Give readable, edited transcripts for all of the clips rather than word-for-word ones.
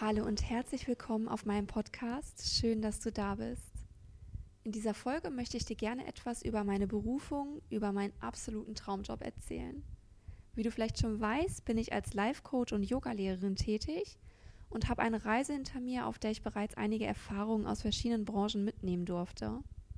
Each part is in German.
Hallo und herzlich willkommen auf meinem Podcast. Schön, dass du da bist. In dieser Folge möchte ich dir gerne etwas über meine Berufung, über meinen absoluten Traumjob erzählen. Wie du vielleicht schon weißt, bin ich als Life-Coach und Yogalehrerin tätig und habe eine Reise hinter mir, auf der ich bereits einige Erfahrungen aus verschiedenen Branchen mitnehmen durfte.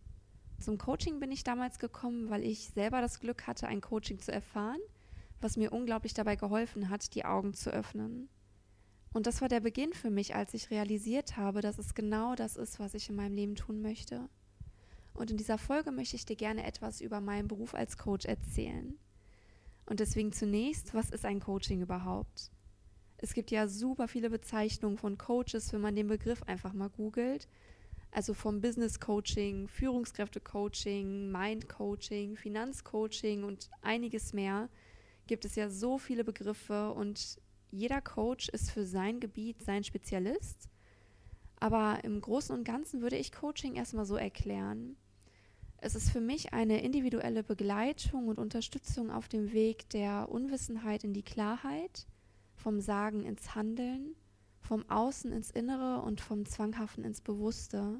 Zum Coaching bin ich damals gekommen, weil ich selber das Glück hatte, ein Coaching zu erfahren, was mir unglaublich dabei geholfen hat, die Augen zu öffnen. Und das war der Beginn für mich, als ich realisiert habe, dass es genau das ist, was ich in meinem Leben tun möchte. Und in dieser Folge möchte ich dir gerne etwas über meinen Beruf als Coach erzählen. Und deswegen zunächst, was ist ein Coaching überhaupt? Es gibt ja super viele Bezeichnungen von Coaches, wenn man den Begriff einfach mal googelt. Also vom Business Coaching, Führungskräfte Coaching, Mind Coaching, Finanzcoaching und einiges mehr gibt es ja so viele Begriffe und jeder Coach ist für sein Gebiet sein Spezialist, aber im Großen und Ganzen würde ich Coaching erstmal so erklären. Es ist für mich eine individuelle Begleitung und Unterstützung auf dem Weg der Unwissenheit in die Klarheit, vom Sagen ins Handeln, vom Außen ins Innere und vom Zwanghaften ins Bewusste.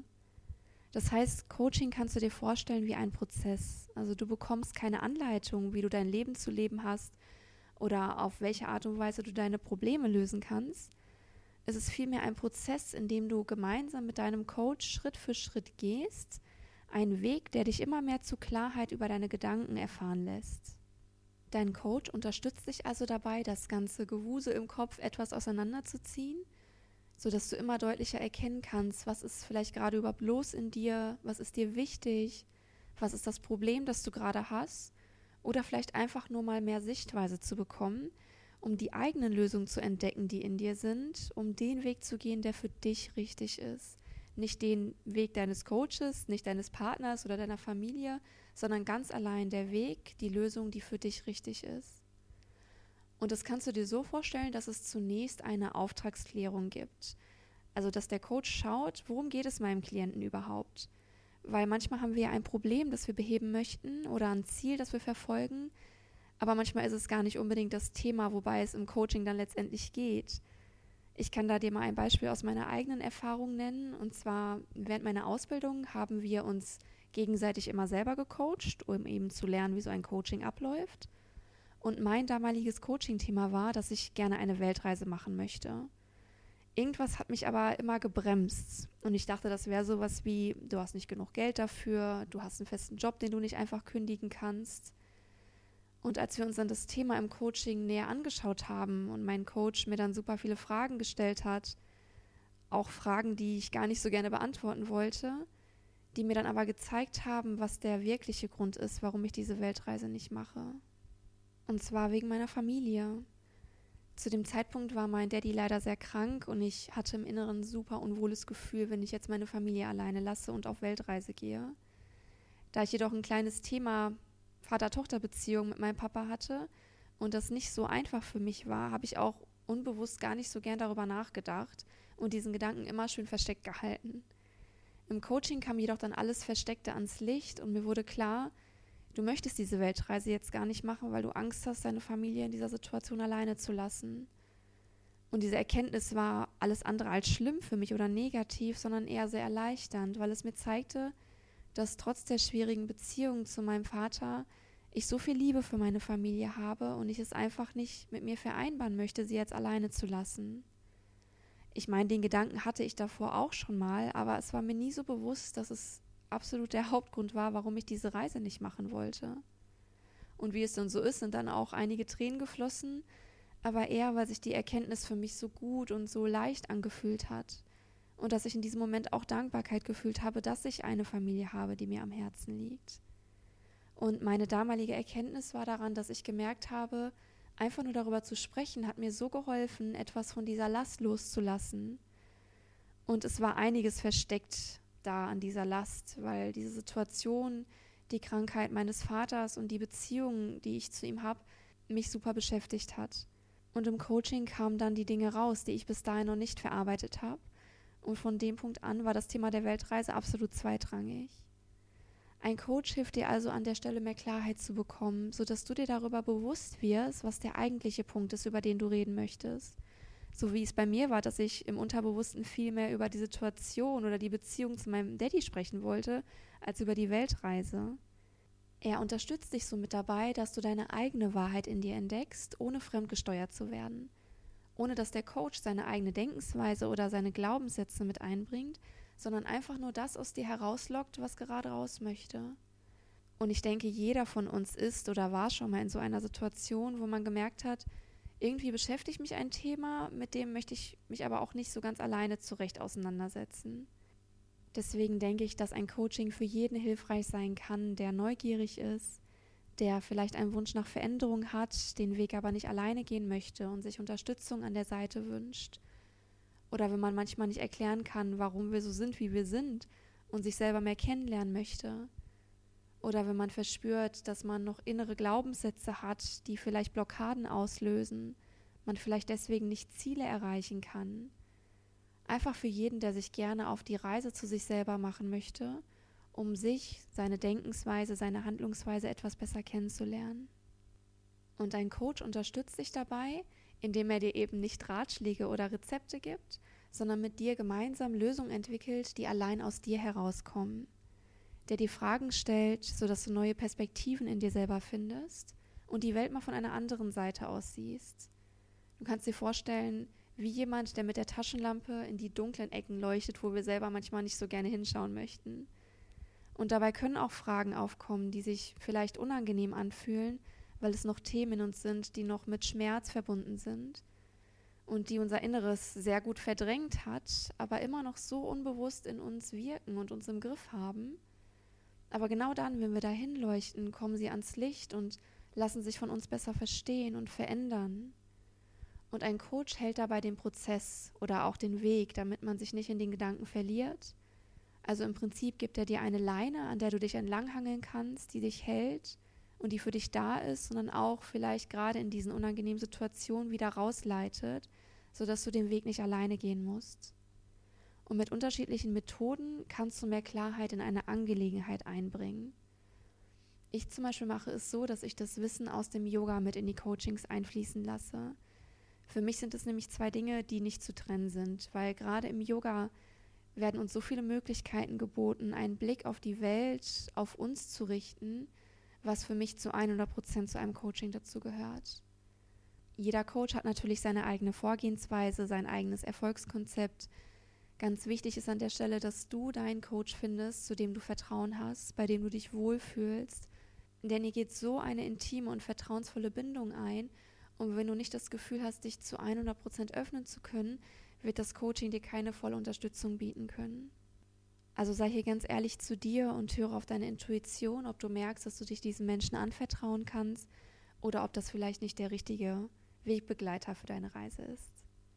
Das heißt, Coaching kannst du dir vorstellen wie ein Prozess. Also du bekommst keine Anleitung, wie du dein Leben zu leben hast, oder auf welche Art und Weise du deine Probleme lösen kannst. Es ist vielmehr ein Prozess, in dem du gemeinsam mit deinem Coach Schritt für Schritt gehst, ein Weg, der dich immer mehr zu Klarheit über deine Gedanken erfahren lässt. Dein Coach unterstützt dich also dabei, das ganze Gewusel im Kopf etwas auseinanderzuziehen, sodass du immer deutlicher erkennen kannst, was ist vielleicht gerade überhaupt los in dir, was ist dir wichtig, was ist das Problem, das du gerade hast, oder vielleicht einfach nur mal mehr Sichtweise zu bekommen, um die eigenen Lösungen zu entdecken, die in dir sind, um den Weg zu gehen, der für dich richtig ist. Nicht den Weg deines Coaches, nicht deines Partners oder deiner Familie, sondern ganz allein der Weg, die Lösung, die für dich richtig ist. Und das kannst du dir so vorstellen, dass es zunächst eine Auftragsklärung gibt. Also, dass der Coach schaut, worum geht es meinem Klienten überhaupt? Weil manchmal haben wir ja ein Problem, das wir beheben möchten oder ein Ziel, das wir verfolgen, aber manchmal ist es gar nicht unbedingt das Thema, wobei es im Coaching dann letztendlich geht. Ich kann da dir mal ein Beispiel aus meiner eigenen Erfahrung nennen, und zwar während meiner Ausbildung haben wir uns gegenseitig immer selber gecoacht, um eben zu lernen, wie so ein Coaching abläuft. Und mein damaliges Coaching-Thema war, dass ich gerne eine Weltreise machen möchte. Irgendwas hat mich aber immer gebremst und ich dachte, das wäre sowas wie, du hast nicht genug Geld dafür, du hast einen festen Job, den du nicht einfach kündigen kannst. Und als wir uns dann das Thema im Coaching näher angeschaut haben und mein Coach mir dann super viele Fragen gestellt hat, auch Fragen, die ich gar nicht so gerne beantworten wollte, die mir dann aber gezeigt haben, was der wirkliche Grund ist, warum ich diese Weltreise nicht mache. Und zwar wegen meiner Familie. Zu dem Zeitpunkt war mein Daddy leider sehr krank und ich hatte im Inneren ein super unwohles Gefühl, wenn ich jetzt meine Familie alleine lasse und auf Weltreise gehe. Da ich jedoch ein kleines Thema Vater-Tochter-Beziehung mit meinem Papa hatte und das nicht so einfach für mich war, habe ich auch unbewusst gar nicht so gern darüber nachgedacht und diesen Gedanken immer schön versteckt gehalten. Im Coaching kam jedoch dann alles Versteckte ans Licht und mir wurde klar, du möchtest diese Weltreise jetzt gar nicht machen, weil du Angst hast, deine Familie in dieser Situation alleine zu lassen. Und diese Erkenntnis war alles andere als schlimm für mich oder negativ, sondern eher sehr erleichternd, weil es mir zeigte, dass trotz der schwierigen Beziehung zu meinem Vater ich so viel Liebe für meine Familie habe und ich es einfach nicht mit mir vereinbaren möchte, sie jetzt alleine zu lassen. Ich meine, den Gedanken hatte ich davor auch schon mal, aber es war mir nie so bewusst, dass es absolut der Hauptgrund war, warum ich diese Reise nicht machen wollte. Und wie es dann so ist, sind dann auch einige Tränen geflossen, aber eher, weil sich die Erkenntnis für mich so gut und so leicht angefühlt hat und dass ich in diesem Moment auch Dankbarkeit gefühlt habe, dass ich eine Familie habe, die mir am Herzen liegt. Und meine damalige Erkenntnis war daran, dass ich gemerkt habe, einfach nur darüber zu sprechen, hat mir so geholfen, etwas von dieser Last loszulassen. Und es war einiges versteckt da an dieser Last, weil diese Situation, die Krankheit meines Vaters und die Beziehung, die ich zu ihm habe, mich super beschäftigt hat. Und im Coaching kamen dann die Dinge raus, die ich bis dahin noch nicht verarbeitet habe. Und von dem Punkt an war das Thema der Weltreise absolut zweitrangig. Ein Coach hilft dir also an der Stelle mehr Klarheit zu bekommen, sodass du dir darüber bewusst wirst, was der eigentliche Punkt ist, über den du reden möchtest. So wie es bei mir war, dass ich im Unterbewussten viel mehr über die Situation oder die Beziehung zu meinem Daddy sprechen wollte, als über die Weltreise. Er unterstützt dich somit dabei, dass du deine eigene Wahrheit in dir entdeckst, ohne fremdgesteuert zu werden. Ohne dass der Coach seine eigene Denkensweise oder seine Glaubenssätze mit einbringt, sondern einfach nur das aus dir herauslockt, was gerade raus möchte. Und ich denke, jeder von uns ist oder war schon mal in so einer Situation, wo man gemerkt hat, irgendwie beschäftigt mich ein Thema, mit dem möchte ich mich aber auch nicht so ganz alleine zurecht auseinandersetzen. Deswegen denke ich, dass ein Coaching für jeden hilfreich sein kann, der neugierig ist, der vielleicht einen Wunsch nach Veränderung hat, den Weg aber nicht alleine gehen möchte und sich Unterstützung an der Seite wünscht. Oder wenn man manchmal nicht erklären kann, warum wir so sind, wie wir sind und sich selber mehr kennenlernen möchte. Oder wenn man verspürt, dass man noch innere Glaubenssätze hat, die vielleicht Blockaden auslösen, man vielleicht deswegen nicht Ziele erreichen kann. Einfach für jeden, der sich gerne auf die Reise zu sich selber machen möchte, um sich, seine Denkensweise, seine Handlungsweise etwas besser kennenzulernen. Und ein Coach unterstützt dich dabei, indem er dir eben nicht Ratschläge oder Rezepte gibt, sondern mit dir gemeinsam Lösungen entwickelt, die allein aus dir herauskommen. Der dir Fragen stellt, sodass du neue Perspektiven in dir selber findest und die Welt mal von einer anderen Seite aus siehst. Du kannst dir vorstellen, wie jemand, der mit der Taschenlampe in die dunklen Ecken leuchtet, wo wir selber manchmal nicht so gerne hinschauen möchten. Und dabei können auch Fragen aufkommen, die sich vielleicht unangenehm anfühlen, weil es noch Themen in uns sind, die noch mit Schmerz verbunden sind und die unser Inneres sehr gut verdrängt hat, aber immer noch so unbewusst in uns wirken und uns im Griff haben. Aber genau dann, wenn wir dahin leuchten, kommen sie ans Licht und lassen sich von uns besser verstehen und verändern. Und ein Coach hält dabei den Prozess oder auch den Weg, damit man sich nicht in den Gedanken verliert. Also im Prinzip gibt er dir eine Leine, an der du dich entlanghangeln kannst, die dich hält und die für dich da ist, sondern auch vielleicht gerade in diesen unangenehmen Situationen wieder rausleitet, sodass du den Weg nicht alleine gehen musst. Und mit unterschiedlichen Methoden kannst du mehr Klarheit in eine Angelegenheit einbringen. Ich zum Beispiel mache es so, dass ich das Wissen aus dem Yoga mit in die Coachings einfließen lasse. Für mich sind es nämlich zwei Dinge, die nicht zu trennen sind, weil gerade im Yoga werden uns so viele Möglichkeiten geboten, einen Blick auf die Welt, auf uns zu richten, was für mich zu 100% zu einem Coaching dazu gehört. Jeder Coach hat natürlich seine eigene Vorgehensweise, sein eigenes Erfolgskonzept. Ganz wichtig ist an der Stelle, dass du deinen Coach findest, zu dem du Vertrauen hast, bei dem du dich wohlfühlst. Denn ihr geht so eine intime und vertrauensvolle Bindung ein. Und wenn du nicht das Gefühl hast, dich zu 100% öffnen zu können, wird das Coaching dir keine volle Unterstützung bieten können. Also sei hier ganz ehrlich zu dir und höre auf deine Intuition, ob du merkst, dass du dich diesen Menschen anvertrauen kannst oder ob das vielleicht nicht der richtige Wegbegleiter für deine Reise ist.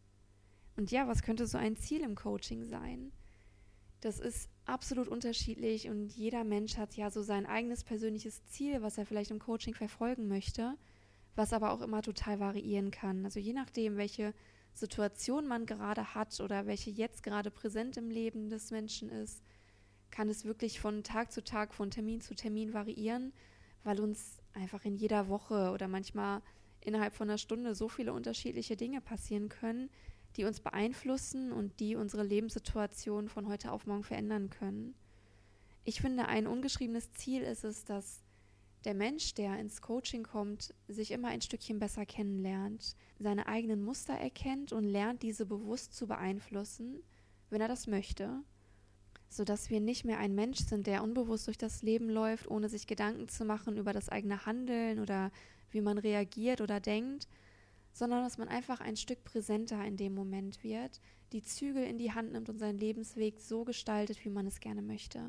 Und ja, was könnte so ein Ziel im Coaching sein? Das ist absolut unterschiedlich und jeder Mensch hat ja so sein eigenes persönliches Ziel, was er vielleicht im Coaching verfolgen möchte, was aber auch immer total variieren kann. Also je nachdem, welche Situation man gerade hat oder welche jetzt gerade präsent im Leben des Menschen ist, kann es wirklich von Tag zu Tag, von Termin zu Termin variieren, weil uns einfach in jeder Woche oder manchmal innerhalb von einer Stunde so viele unterschiedliche Dinge passieren können, die uns beeinflussen und die unsere Lebenssituation von heute auf morgen verändern können. Ich finde, ein ungeschriebenes Ziel ist es, dass der Mensch, der ins Coaching kommt, sich immer ein Stückchen besser kennenlernt, seine eigenen Muster erkennt und lernt, diese bewusst zu beeinflussen, wenn er das möchte, sodass wir nicht mehr ein Mensch sind, der unbewusst durch das Leben läuft, ohne sich Gedanken zu machen über das eigene Handeln oder wie man reagiert oder denkt, sondern dass man einfach ein Stück präsenter in dem Moment wird, die Zügel in die Hand nimmt und seinen Lebensweg so gestaltet, wie man es gerne möchte.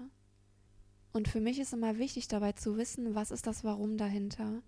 Und für mich ist immer wichtig dabei zu wissen, was ist das Warum dahinter?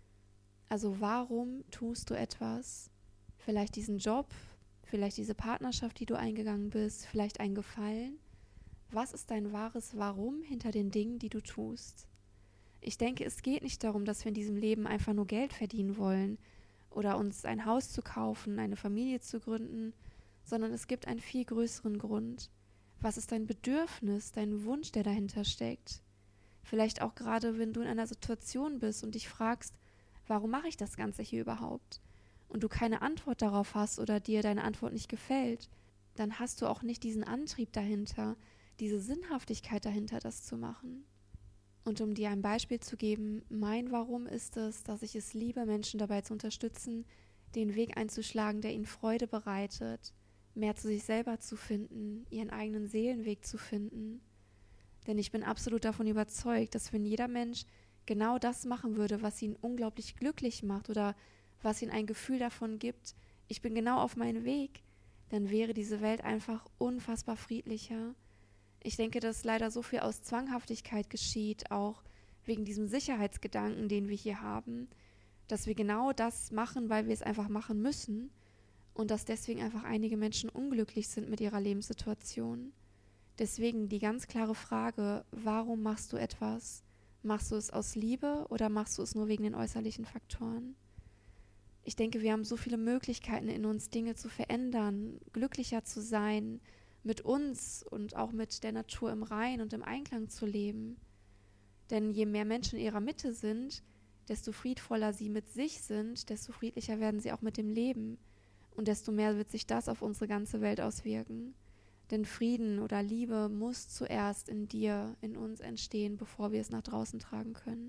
Also warum tust du etwas? Vielleicht diesen Job, vielleicht diese Partnerschaft, die du eingegangen bist, vielleicht ein Gefallen. Was ist dein wahres Warum hinter den Dingen, die du tust? Ich denke, es geht nicht darum, dass wir in diesem Leben einfach nur Geld verdienen wollen oder uns ein Haus zu kaufen, eine Familie zu gründen, sondern es gibt einen viel größeren Grund. Was ist dein Bedürfnis, dein Wunsch, der dahinter steckt? Vielleicht auch gerade, wenn du in einer Situation bist und dich fragst, warum mache ich das Ganze hier überhaupt? und du keine Antwort darauf hast oder dir deine Antwort nicht gefällt, dann hast du auch nicht diesen Antrieb dahinter, diese Sinnhaftigkeit dahinter, das zu machen. Und um dir ein Beispiel zu geben, mein Warum ist es, dass ich es liebe, Menschen dabei zu unterstützen, den Weg einzuschlagen, der ihnen Freude bereitet, mehr zu sich selber zu finden, ihren eigenen Seelenweg zu finden. Denn ich bin absolut davon überzeugt, dass wenn jeder Mensch genau das machen würde, was ihn unglaublich glücklich macht oder was ihm ein Gefühl davon gibt, ich bin genau auf meinem Weg, dann wäre diese Welt einfach unfassbar friedlicher. Ich denke, dass leider so viel aus Zwanghaftigkeit geschieht, auch wegen diesem Sicherheitsgedanken, den wir hier haben, dass wir genau das machen, weil wir es einfach machen müssen und dass deswegen einfach einige Menschen unglücklich sind mit ihrer Lebenssituation. Deswegen die ganz klare Frage, warum machst du etwas? Machst du es aus Liebe oder machst du es nur wegen den äußerlichen Faktoren? Ich denke, wir haben so viele Möglichkeiten in uns, Dinge zu verändern, glücklicher zu sein, mit uns und auch mit der Natur im Rein und im Einklang zu leben. Denn je mehr Menschen in ihrer Mitte sind, desto friedvoller sie mit sich sind, desto friedlicher werden sie auch mit dem Leben und desto mehr wird sich das auf unsere ganze Welt auswirken. Denn Frieden oder Liebe muss zuerst in dir, in uns entstehen, bevor wir es nach draußen tragen können.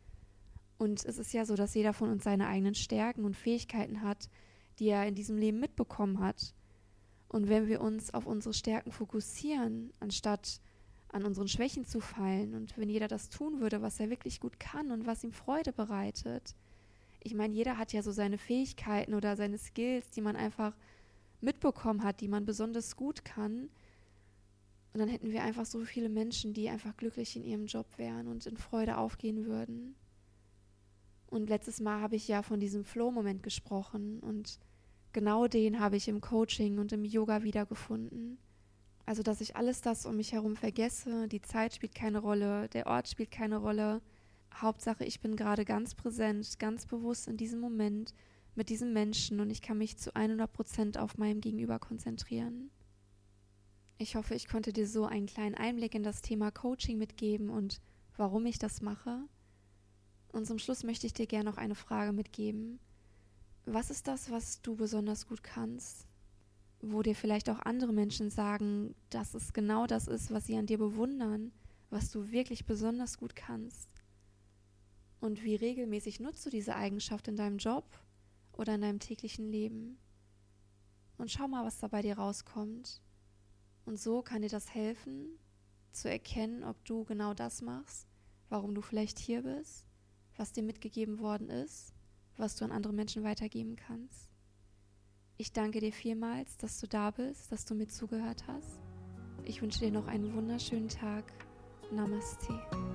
Und es ist ja so, dass jeder von uns seine eigenen Stärken und Fähigkeiten hat, die er in diesem Leben mitbekommen hat. Und wenn wir uns auf unsere Stärken fokussieren, anstatt an unseren Schwächen zu fallen und wenn jeder das tun würde, was er wirklich gut kann und was ihm Freude bereitet. Ich meine, jeder hat ja so seine Fähigkeiten oder seine Skills, die man einfach mitbekommen hat, die man besonders gut kann. Und dann hätten wir einfach so viele Menschen, die einfach glücklich in ihrem Job wären und in Freude aufgehen würden. Und letztes Mal habe ich ja von diesem Flow-Moment gesprochen und genau den habe ich im Coaching und im Yoga wiedergefunden. Also, dass ich alles das um mich herum vergesse, die Zeit spielt keine Rolle, der Ort spielt keine Rolle. Hauptsache, ich bin gerade ganz präsent, ganz bewusst in diesem Moment mit diesem Menschen und ich kann mich zu 100% auf meinem Gegenüber konzentrieren. Ich hoffe, ich konnte dir so einen kleinen Einblick in das Thema Coaching mitgeben und warum ich das mache. Und zum Schluss möchte ich dir gerne noch eine Frage mitgeben. Was ist das, was du besonders gut kannst? Wo dir vielleicht auch andere Menschen sagen, dass es genau das ist, was sie an dir bewundern, was du wirklich besonders gut kannst. Und wie regelmäßig nutzt du diese Eigenschaft in deinem Job oder in deinem täglichen Leben? Und schau mal, was da bei dir rauskommt. Und so kann dir das helfen, zu erkennen, ob du genau das machst, warum du vielleicht hier bist, was dir mitgegeben worden ist, was du an andere Menschen weitergeben kannst. Ich danke dir vielmals, dass du da bist, dass du mir zugehört hast. Ich wünsche dir noch einen wunderschönen Tag. Namaste.